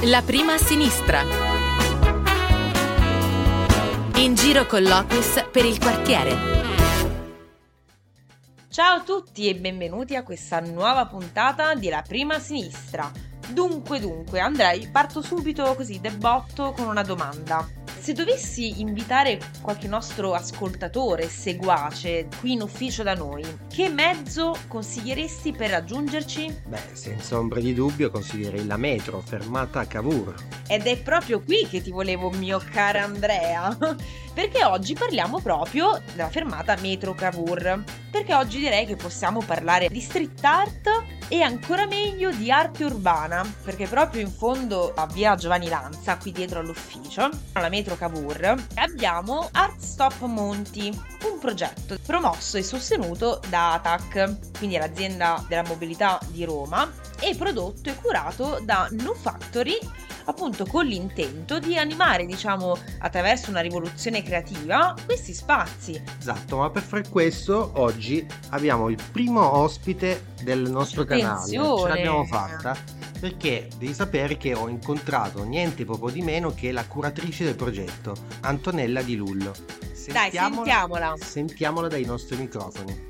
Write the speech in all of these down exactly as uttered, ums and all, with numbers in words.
La prima a sinistra. In giro con l'Ocus per il quartiere. Ciao a tutti e benvenuti a questa nuova puntata di La prima a sinistra. Dunque, dunque, Andrei, parto subito così, de botto, con una domanda. Se dovessi invitare qualche nostro ascoltatore, seguace, qui in ufficio da noi, che mezzo consiglieresti per raggiungerci? Beh, senza ombra di dubbio consiglierei la metro, fermata a Cavour. Ed è proprio qui che ti volevo, mio caro Andrea, perché oggi parliamo proprio della fermata metro Cavour, perché oggi direi che possiamo parlare di street art e ancora meglio di arte urbana, perché proprio in fondo a via Giovanni Lanza, qui dietro all'ufficio, alla metro Cavour, abbiamo Art Stop Monti, un progetto promosso e sostenuto da A T A C, quindi l'azienda della mobilità di Roma, e prodotto e curato da New Factory, appunto con l'intento di animare, diciamo, attraverso una rivoluzione creativa, questi spazi. Esatto, ma per fare questo oggi abbiamo il primo ospite del nostro Attenzione. canale. Ce l'abbiamo fatta perché devi sapere che ho incontrato niente poco di meno che la curatrice del progetto, Antonella Di Lullo. Dai, sentiamola. Sentiamola dai nostri microfoni.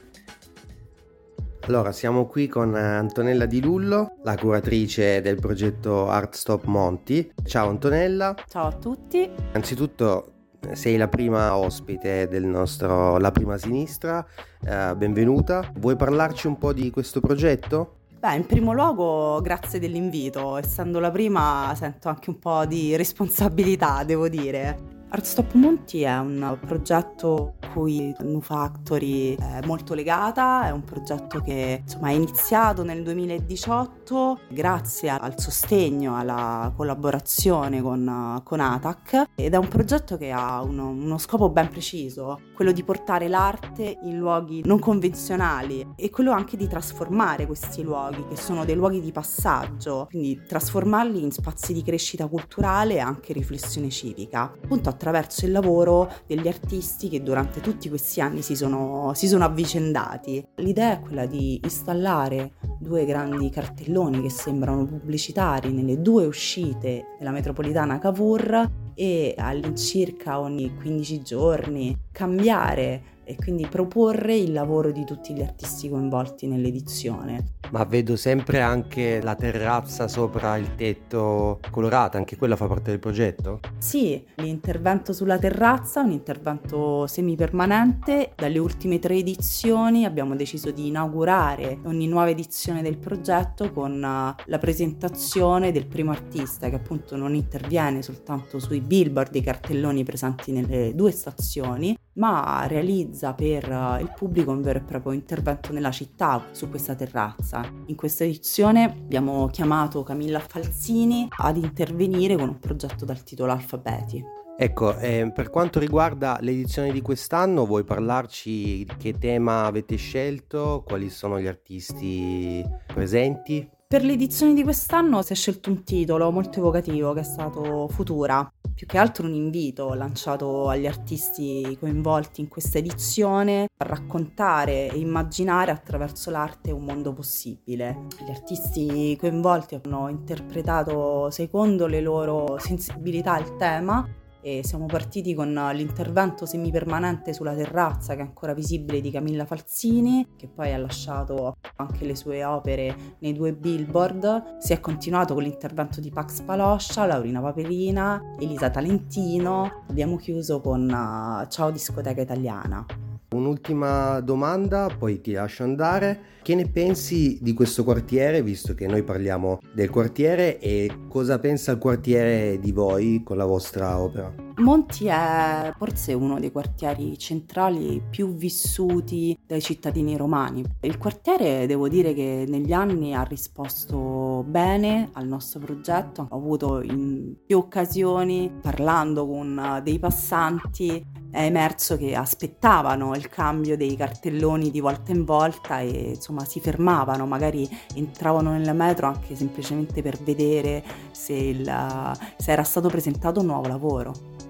Allora, siamo qui con Antonella Di Lullo, la curatrice del progetto Art Stop Monti. Ciao Antonella. Ciao a tutti. Innanzitutto sei la prima ospite del nostro La Prima Sinistra, eh, benvenuta. Vuoi parlarci un po' di questo progetto? Beh, in primo luogo grazie dell'invito, essendo la prima sento anche un po' di responsabilità, devo dire. Art Stop Monti è un progetto a cui New Factory è molto legata, è un progetto che insomma è iniziato nel duemiladiciotto grazie al sostegno, alla collaborazione con, con A T A C, ed è un progetto che ha uno, uno scopo ben preciso, quello di portare l'arte in luoghi non convenzionali e quello anche di trasformare questi luoghi, che sono dei luoghi di passaggio, quindi trasformarli in spazi di crescita culturale e anche riflessione civica, appunto attraverso il lavoro degli artisti che durante tutti questi anni si sono, si sono avvicendati. L'idea è quella di installare due grandi cartelloni che sembrano pubblicitari nelle due uscite della metropolitana Cavour e all'incirca ogni quindici giorni cambiare e quindi proporre il lavoro di tutti gli artisti coinvolti nell'edizione. Ma vedo sempre anche la terrazza sopra il tetto colorata, anche quella fa parte del progetto? Sì, l'intervento sulla terrazza è un intervento semipermanente. Dalle ultime tre edizioni abbiamo deciso di inaugurare ogni nuova edizione del progetto con la presentazione del primo artista, che appunto non interviene soltanto sui billboard, i cartelloni presenti nelle due stazioni, ma realizza per il pubblico un vero e proprio intervento nella città su questa terrazza. In questa edizione abbiamo chiamato Camilla Falzini ad intervenire con un progetto dal titolo Alfabeti. Ecco, eh, per quanto riguarda l'edizione di quest'anno, vuoi parlarci di che tema avete scelto, quali sono gli artisti presenti? Per l'edizione di quest'anno si è scelto un titolo molto evocativo che è stato Futura. Più che altro un invito lanciato agli artisti coinvolti in questa edizione a raccontare e immaginare attraverso l'arte un mondo possibile. Gli artisti coinvolti hanno interpretato secondo le loro sensibilità il tema e siamo partiti con l'intervento semipermanente sulla terrazza, che è ancora visibile, di Camilla Falzini, che poi ha lasciato anche le sue opere nei due billboard. Si è continuato con l'intervento di Pax Paloscia, Laurina Paperina, Elisa Talentino. Abbiamo chiuso con uh, Ciao Discoteca Italiana. Un'ultima domanda, poi ti lascio andare. Che ne pensi di questo quartiere, visto che noi parliamo del quartiere, e cosa pensa il quartiere di voi con la vostra opera? Monti è forse uno dei quartieri centrali più vissuti dai cittadini romani. Il quartiere, devo dire che negli anni ha risposto bene al nostro progetto. Ho avuto in più occasioni, parlando con dei passanti, è emerso che aspettavano il cambio dei cartelloni di volta in volta e insomma si fermavano, magari entravano nella metro anche semplicemente per vedere se, il, se era stato presentato un nuovo lavoro.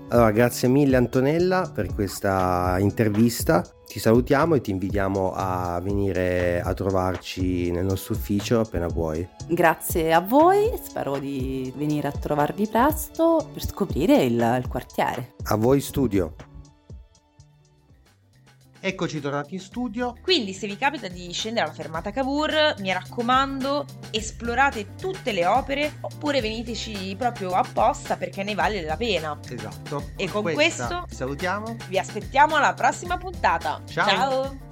Allora, grazie mille Antonella per questa intervista. Ti salutiamo e ti invitiamo a venire a trovarci nel nostro ufficio appena vuoi. Grazie a voi, spero di venire a trovarvi presto per scoprire il, il quartiere. A voi studio. Eccoci tornati in studio. Quindi se vi capita di scendere alla fermata Cavour, mi raccomando, esplorate tutte le opere oppure veniteci proprio apposta perché ne vale la pena. Esatto. E con Questa, questo ti salutiamo. vi aspettiamo alla prossima puntata. Ciao. Ciao.